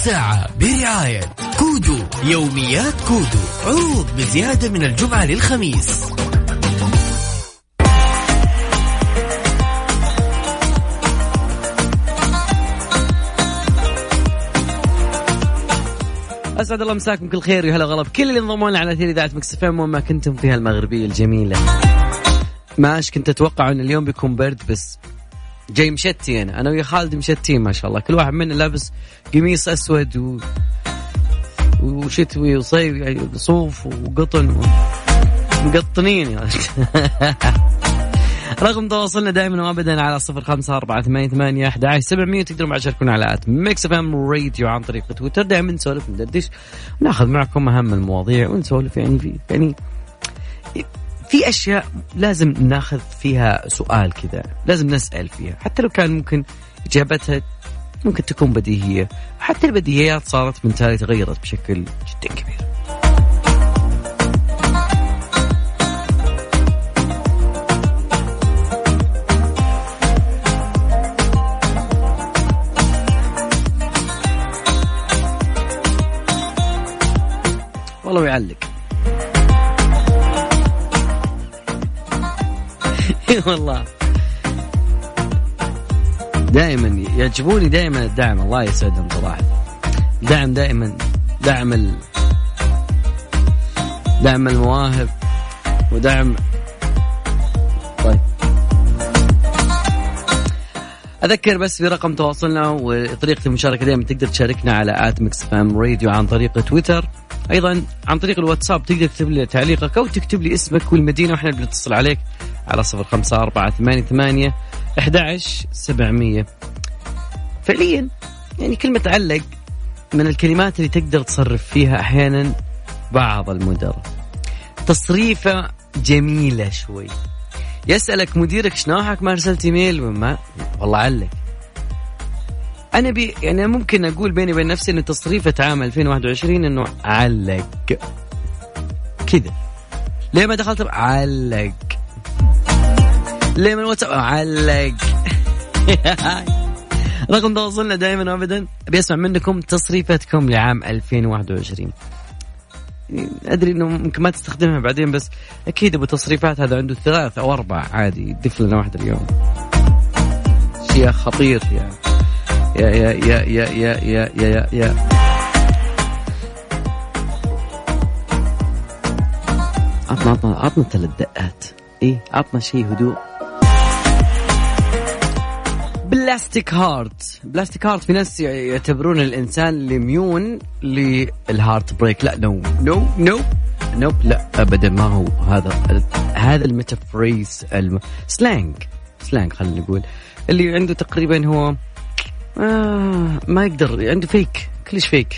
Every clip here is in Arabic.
الساعة برعاية كودو. يوميات كودو، عروض بزيادة من الجمعة للخميس. أسعد الله مساكم كل خير وهلا غلب كل اللي انضموا لنا على أثير إذاعة مكس اف ام وما كنتم فيها المغربية الجميلة. ماش كنت أتوقع أن اليوم بيكون برد، بس جاي مشتي. أنا ويا خالد مشتين ما شاء الله، كل واحد منا لابس قميص أسود وشتوي وصيف، صوف وقطن مقطنين يعني. رقم تواصلنا دائما وابدا على 0548811700. تقدروا بعد تشاركونا على ميكس اف ام راديو عن طريق تويتر. دائما نسولف ندردش وناخذ معكم اهم المواضيع ونسولف يعني في اشياء لازم ناخذ فيها سؤال كذا، لازم نسال فيها حتى لو كان ممكن اجابتها ممكن تكون بديهيه. حتى البديهيات صارت من تالي تغيرت بشكل جدا كبير. والله يعلق. والله دائما يعجبوني دائما الدعم، الله يسعدهم صراحة. دعم دائما، دعم المواهب ودعم. طيب أذكر بس برقم تواصلنا وطريقة المشاركة. دائما تقدر تشاركنا على @mixfamradio عن طريق تويتر، أيضا عن طريق الواتساب تقدر تكتب لي تعليقك أو تكتب لي اسمك والمدينة وإحنا بنتصل عليك على 0548811700. فعليا يعني كلمة علق من الكلمات اللي تقدر تصرف فيها أحيانا بعض المدراء تصريفة جميلة شوي. يسألك مديرك شنوحك ما أرسلت إيميل وما والله علق. أنا يعني ممكن أقول بيني وبين نفسي إن تصريفة عام 2021 إنه علق كذا. ليه ما دخلت علق؟ ليه من واتساب علق؟ رقم تواصلنا دائما وابدا بيسمع منكم تصريفتكم لعام 2021. أدري إنه ممكن ما تستخدمها بعدين، بس أكيد أبو تصريفات هذا عنده 3 أو 4 عادي يضيف لنا واحدة اليوم. شيء خطير يعني. يا يا يا يا يا يا يا يا عطنا 3 دقات. إيه عطنا شيء هدوء. بلاستيك هارت في ناس يعتبرون الإنسان اللي ميون للهارت بريك. لا نو لا أبدا، ما هو هذا الميتافريز سلانج خلينا نقول اللي عنده تقريبا هو ما يقدر، عنده فيك، كلش فيك.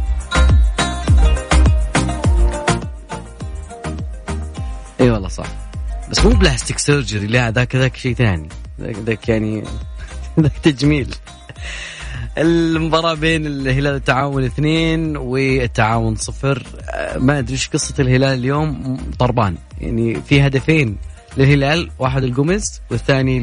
اي والله صح، بس مو بلاستيك سيرجري، لا ذاك شيء ثاني، ذاك يعني ذاك تجميل. المباراة بين الهلال والتعاون 2 والتعاون 0. ما أدري إيش قصة الهلال اليوم، طربان يعني. في هدفين للهلال، واحد الجوميز والثاني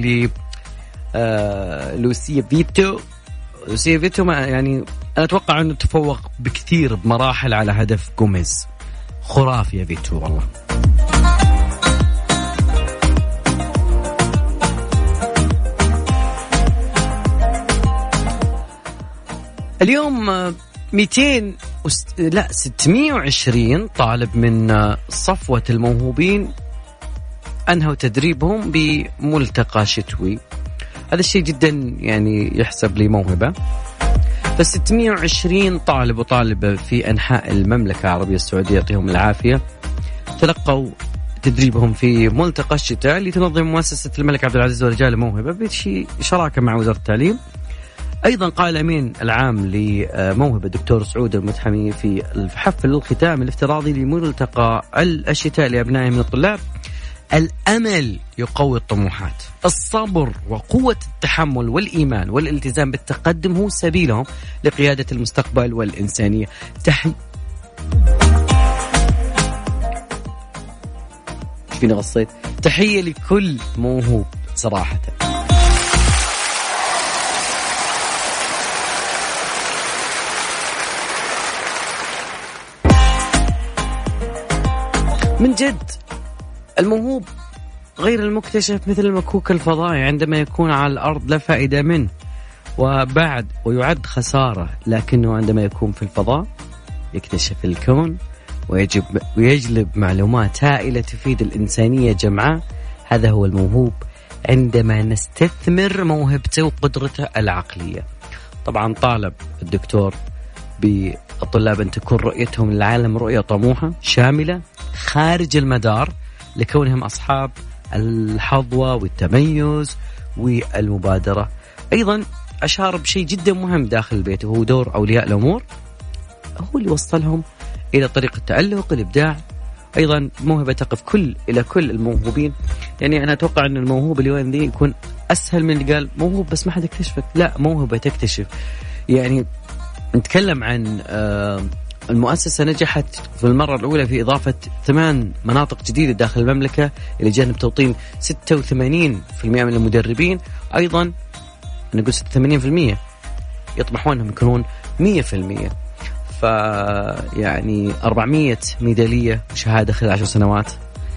لوسيا فيتو. ما يعني أنا أتوقع أنه تفوق بكثير بمراحل على هدف جوميز. خرافي يا فيتو والله. اليوم 620 طالب من صفوة الموهوبين أنهوا تدريبهم بملتقى شتوي. هذا الشيء جدا يعني يحسب لي موهبة. بس 620 طالب وطالبة في أنحاء المملكة العربية السعودية يعطيهم العافية تلقوا تدريبهم في ملتقى الشتاء اللي تنظم مؤسسة الملك عبد العزيز ورجال موهبة بشراكة مع وزارة التعليم. أيضا قال الأمين العام لموهبة دكتور سعود المتحمي في الحفل الختام الافتراضي لملتقى الشتاء لأبنائه من الطلاب: الأمل يقوي الطموحات، الصبر وقوة التحمل والإيمان والالتزام بالتقدم هو سبيلهم لقيادة المستقبل والإنسانية. فينا غصيت. تحية لكل موهوب صراحة. من جد الموهوب غير المكتشف مثل المكوك الفضائي، عندما يكون على الأرض لا فائدة منه ويعد خسارة، لكنه عندما يكون في الفضاء يكتشف الكون ويجلب معلومات هائلة تفيد الإنسانية جمعاء. هذا هو الموهوب عندما نستثمر موهبته وقدرته العقلية. طبعا طالب الدكتور بالطلاب أن تكون رؤيتهم للعالم رؤية طموحة شاملة خارج المدار، لكونهم أصحاب الحظوة والتميز والمبادرة. أيضا أشار بشيء جدا مهم داخل البيت، وهو دور أولياء الأمور، هو اللي وصلهم إلى طريق التألق الإبداع. أيضا موهبة تقف إلى كل الموهوبين. يعني أنا أتوقع أن الموهوب اللي وين ذي يكون أسهل من اللي قال موهوب بس ما حد يكتشفك. لا، موهبة تكتشف. يعني نتكلم عن المؤسسة نجحت في المرة الأولى في إضافة 8 مناطق جديدة داخل المملكة إلى جانب توطين 86% من المدربين. أيضا نقول 86% يطمحون أنهم يكونون 100%. فيعني 400 ميدالية شهادة خلال 10 سنوات،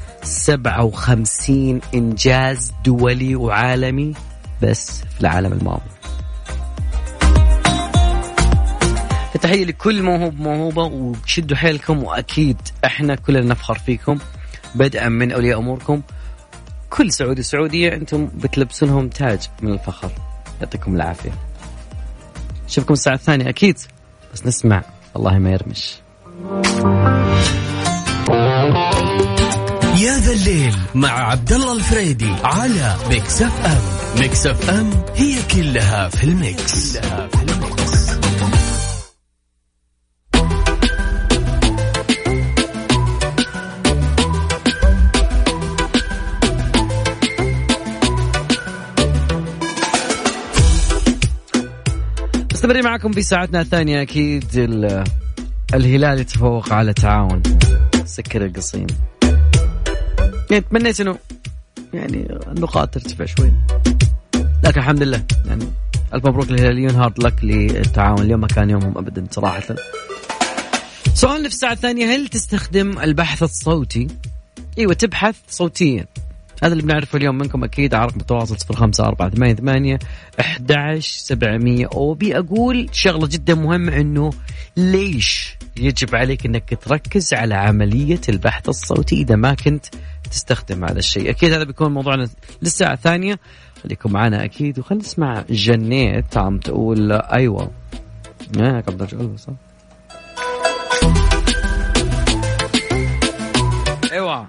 57 إنجاز دولي وعالمي بس في العالم الماضي. فتحية لكل موهوبة وشدوا حيلكم، وأكيد احنا كلنا نفخر فيكم، بدءا من أولياء أموركم. كل سعودية أنتم بتلبسونهم تاج من الفخر. يعطيكم العافية. شوفكم الساعة الثانية أكيد، بس نسمع الله ما يرمش. يا ذا الليل مع عبد الله الفريدي على ميكس اف ام. ميكس اف ام هي كلها في الميكس. مستمرين معكم في ساعتنا الثانية. أكيد الهلال يتفوق على تعاون سكر القصيم. يعني تمنيت إنه يعني النقاط ترتفع شوي، لكن الحمد لله. يعني ألف مبروك للهلاليون، هارد لك للتعاون. اليوم ما كان يومهم أبدا صراحة. سؤالنا في الساعة الثانية: هل تستخدم البحث الصوتي؟ أيوة، تبحث صوتيا. هذا اللي بنعرفه اليوم منكم أكيد على رقم التواصل 0548811700. وبي أقول شغلة جدا مهمة، إنه ليش يجب عليك إنك تركز على عملية البحث الصوتي إذا ما كنت تستخدم هذا الشيء. أكيد هذا بيكون موضوعنا للساعة الثانية. خليكم معنا أكيد، وخلينا نسمع جنيت عم تقول أيوة. قبل أقول صح. أيوة.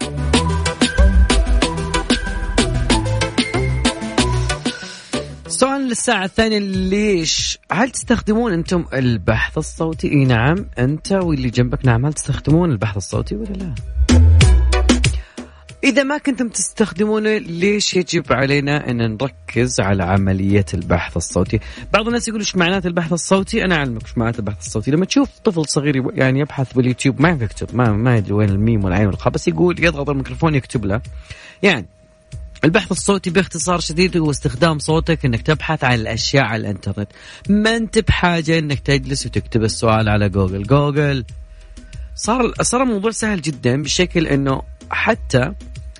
سؤال للساعة الثانية: ليش؟ هل تستخدمون أنتم البحث الصوتي؟ إيه نعم. أنت واللي جنبك نعم. هل تستخدمون البحث الصوتي ولا لا؟ إذا ما كنتم تستخدمونه، ليش يجب علينا أن نركز على عملية البحث الصوتي؟ بعض الناس يقولوا إيش معنات البحث الصوتي. أنا أعلمك إيش معنات البحث الصوتي. لما تشوف طفل صغير يعني يبحث باليوتيوب، ما يكتب، ما يدري وين الميم والعين والخاء، بس يقول يضغط الميكروفون يكتب له. يعني البحث الصوتي باختصار شديد هو استخدام صوتك انك تبحث عن الاشياء على الانترنت. ما انت بحاجة انك تجلس وتكتب السؤال على جوجل. صار الموضوع سهل جدا بشكل انه حتى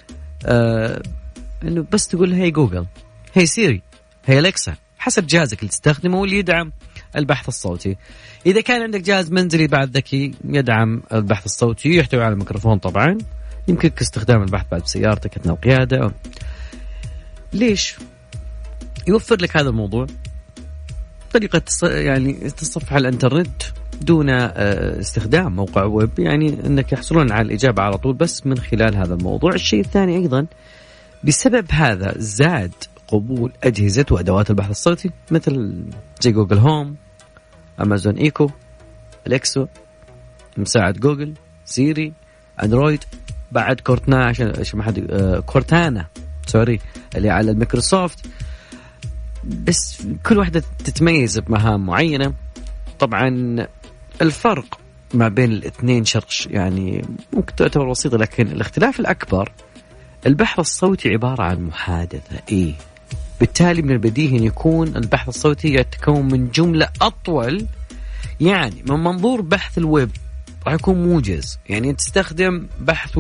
انه بس تقول هي جوجل، هي سيري، هي أليكسا، حسب جهازك اللي تستخدمه واللي يدعم البحث الصوتي. إذا كان عندك جهاز منزلي بعد ذكي يدعم البحث الصوتي، يحتوي على الميكروفون طبعا، يمكنك استخدام البحث بعد بسيارتك أثناء القيادة. ليش؟ يوفر لك هذا الموضوع طريقة يعني تصفح الانترنت دون استخدام موقع ويب، يعني أنك يحصلون على الإجابة على طول بس من خلال هذا الموضوع. الشيء الثاني أيضا، بسبب هذا زاد قبول أجهزة وأدوات البحث الصوتي مثل زي جوجل هوم، أمازون إيكو، أليكسا، مساعد جوجل، سيري، أندرويد، بعد كورتانا عشان ما حد كورتانا اللي على الميكروسوفت. بس كل واحدة تتميز بمهام معينة. طبعا الفرق ما بين الاثنين شرش يعني ممكن تعتبر بسيطة، لكن الاختلاف الأكبر البحث الصوتي عبارة عن محادثة. بالتالي من البديهي أن يكون البحث الصوتي يتكون من جملة أطول. يعني من منظور بحث الويب راح يكون موجز، يعني تستخدم بحث ويب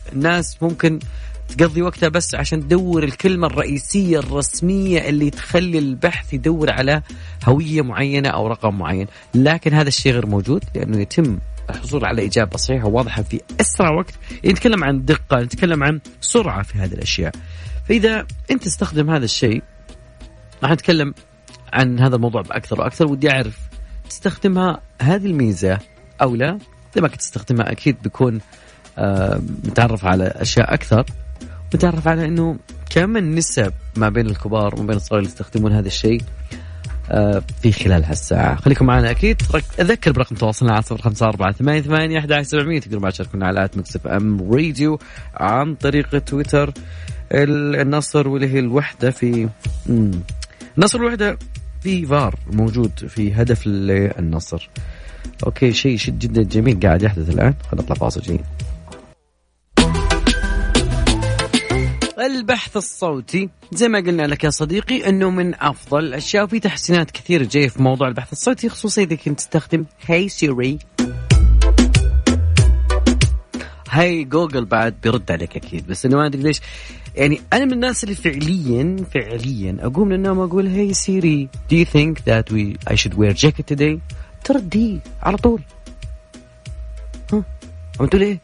الناس ممكن تقضي وقتها بس عشان تدور الكلمة الرئيسية الرسمية اللي تخلي البحث يدور على هوية معينة أو رقم معين، لكن هذا الشيء غير موجود لأنه يتم الحصول على إجابة صحيحة وواضحة في أسرع وقت. نتكلم عن دقة، نتكلم عن سرعة في هذه الأشياء. فإذا أنت تستخدم هذا الشيء راح نتكلم عن هذا الموضوع بأكثر وأكثر. ودي أعرف تستخدمها هذه الميزة أو لا. لما كنت تستخدمها أكيد بيكون متعرف على أشياء أكثر، متعرف على أنه كم النسب ما بين الكبار وما بين الصغار اللي يستخدمون هذا الشيء في خلال هالساعة. خليكم معنا أكيد. أذكر برقم تواصلنا على 0548811700. تقدروا بعد تشاركونا على @mixfm راديو عن طريق تويتر. النصر واللي هي الوحدة في نصر الوحدة في فار موجود في هدف للنصر. أوكي، شيء جدا جميل قاعد يحدث الآن. خلينا نطلع فاصل جاي. البحث الصوتي زي ما قلنا لك يا صديقي أنه من أفضل الأشياء، وفي تحسينات كثير جاية في موضوع البحث الصوتي، خصوصا إذا كنت تستخدم هاي سيري. هاي جوجل بعد بيرد عليك أكيد، بس أنا ما أدري ليش. يعني أنا من الناس اللي فعليا أقوم من النوم أقول هاي سيري do you think that I should wear jacket today؟ تردي على طول. عم تقول إيه؟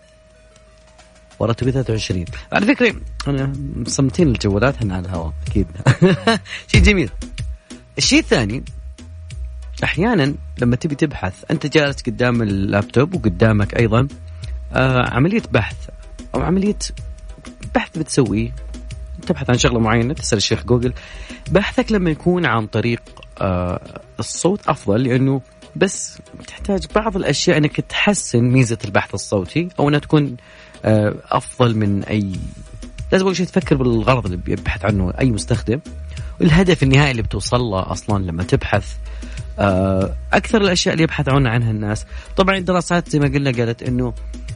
ورا 23. على فكرة أنا مصمتين الجوالات هنا على الهواء أكيد. شيء جميل. الشيء الثاني، أحيانا لما تبي تبحث أنت جالس قدام اللابتوب وقدامك أيضا عملية بحث أو عملية بحث بتسويه، تبحث عن شغلة معينة، تسأل الشيخ جوجل. بحثك لما يكون عن طريق الصوت أفضل، لأنه بس تحتاج بعض الأشياء أنك تحسن ميزة البحث الصوتي أو أنها تكون أفضل من أي. لازم أول شيء تفكر بالغرض اللي بيبحث عنه أي مستخدم، والهدف النهائي اللي بتوصل له أصلا لما تبحث. أكثر الأشياء اللي يبحثون عنها الناس، طبعا الدراسات زي ما قلنا قالت أنه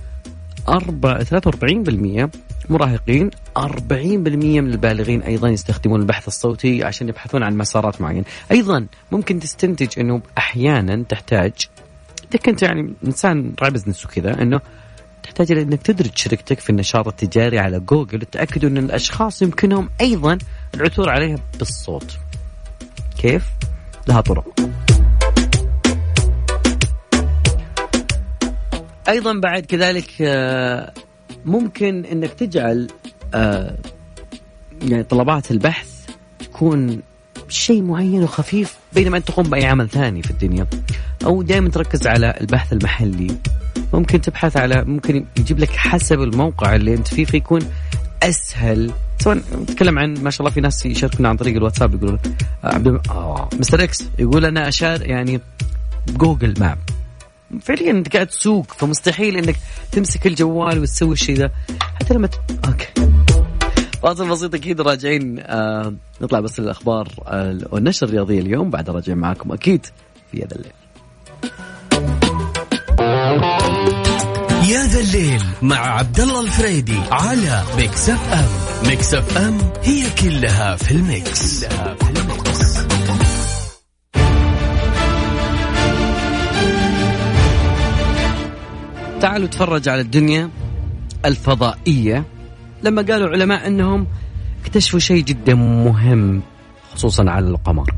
43% مراهقين، 40% من البالغين أيضا يستخدمون البحث الصوتي عشان يبحثون عن مسارات معينة. أيضا ممكن تستنتج أنه أحيانا تحتاج، إذا كنت يعني إنسان راعي بزنس وكذا، أنه تحتاج إلى أنك تدرج شركتك في النشاط التجاري على جوجل، وتأكدوا أن الأشخاص يمكنهم أيضا العثور عليها بالصوت. كيف؟ لها طرق. أيضا بعد كذلك ممكن أنك تجعل يعني طلبات البحث تكون شيء معين وخفيف بينما أنت تقوم بأي عمل ثاني في الدنيا، أو دائما تركز على البحث المحلي. ممكن تبحث على، ممكن يجيب لك حسب الموقع اللي أنت فيه، فيكون أسهل. سواء نتكلم عن ما شاء الله في ناس يشاركونا عن طريق الواتساب يقولون مستر إكس يقول أنا أشار يعني جوجل ماب. فعليا أنت قاعد تسوق، فمستحيل أنك تمسك الجوال وتسوي الشيء ذا حتى لما أوكي. فاصل بسيط أكيد راجعين. نطلع بس الأخبار والنشر الرياضية اليوم، بعد راجعين معاكم أكيد في هذا الليل. يا ذا الليل مع عبد الله الفريدي على ميكس اف ام. ميكس اف ام هي كلها في الميكس. تعالوا تفرج على الدنيا الفضائية لما قالوا علماء أنهم اكتشفوا شيء جدا مهم خصوصا على القمر.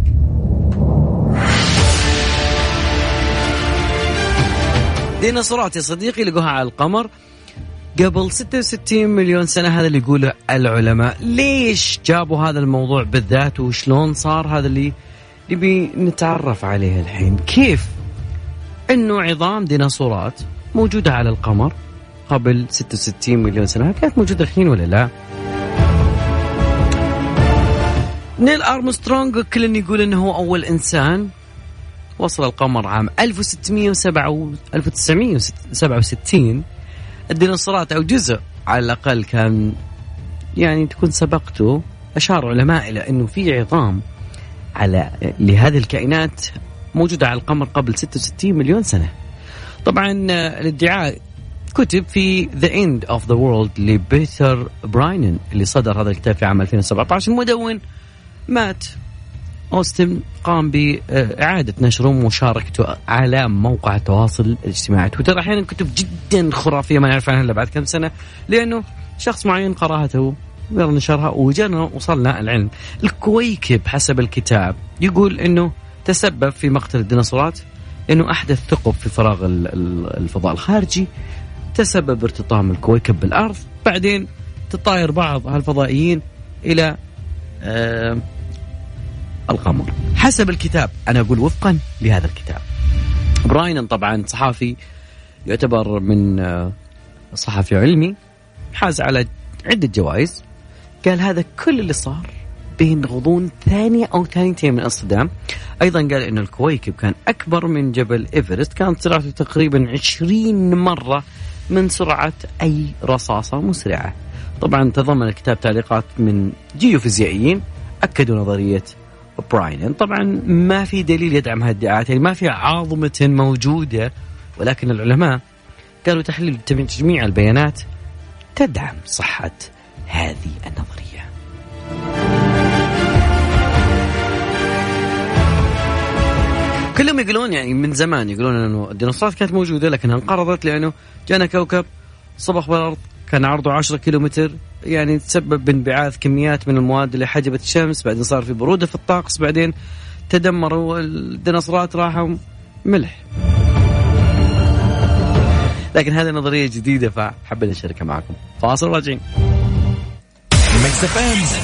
ديناصورات يا صديقي لقوها على القمر قبل 66 مليون سنة. هذا اللي يقوله العلماء. ليش جابوا هذا الموضوع بالذات وشلون صار؟ هذا اللي نبي نتعرف عليه الحين. كيف انه عظام ديناصورات موجودة على القمر قبل 66 مليون سنة كانت موجودة الحين ولا لا؟ نيل أرمسترونغ كلنا يقول انه هو اول انسان وصل القمر عام 1967. الديناصورات أو جزء على الأقل كان يعني تكون سبقته. أشار علماء إلى أنه في عظام لهذه الكائنات موجودة على القمر قبل 66 مليون سنة. طبعا الادعاء كتب في The End of the World لبيتر براينن اللي صدر هذا الكتاب في عام 2017. المدون مات أوستن قام بإعادة نشره ومشاركته على موقع التواصل الاجتماعي تويتر. أحيانا كتب جدا خرافية ما نعرف عنها إلا بعد كم سنة، لأنه شخص معين قرأته ونشرها وجانا وصلنا العلم. الكويكب حسب الكتاب يقول أنه تسبب في مقتل الديناصورات، أنه أحدث ثقب في فراغ الفضاء الخارجي تسبب ارتطام الكويكب بالأرض، بعدين تطاير بعض هالفضائيين إلى القمر حسب الكتاب. أنا أقول وفقا لهذا الكتاب. براين طبعا صحافي يعتبر من صحفي علمي، حاز على عدة جوائز. قال هذا كل اللي صار بين غضون ثانية أو ثانيتين من الصدام. أيضا قال إنه الكويكب كان أكبر من جبل إيفرست، كانت سرعته تقريبا 20 مرة من سرعة أي رصاصة مسرعة. طبعا تضمن الكتاب تعليقات من جيوفيزيائيين أكدوا نظرية براين. طبعا ما في دليل يدعم هذه الادعاءات، يعني ما في عظمة موجودة، ولكن العلماء قالوا تحليل تجميع البيانات تدعم صحة هذه النظرية. كلهم يقولون يعني من زمان يقولون أنه الديناصورات كانت موجودة لكنها انقرضت لأنه جانا كوكب صبغ بالأرض كان عرضه 10 كيلومتر، يعني تسبب بانبعاث كميات من المواد اللي حجبت الشمس، بعدين صار في برودة في الطقس، بعدين تدمروا الديناصورات راحوا ملح. لكن هذه نظرية جديدة فحبيت أشاركها معكم. فاصل راجعين.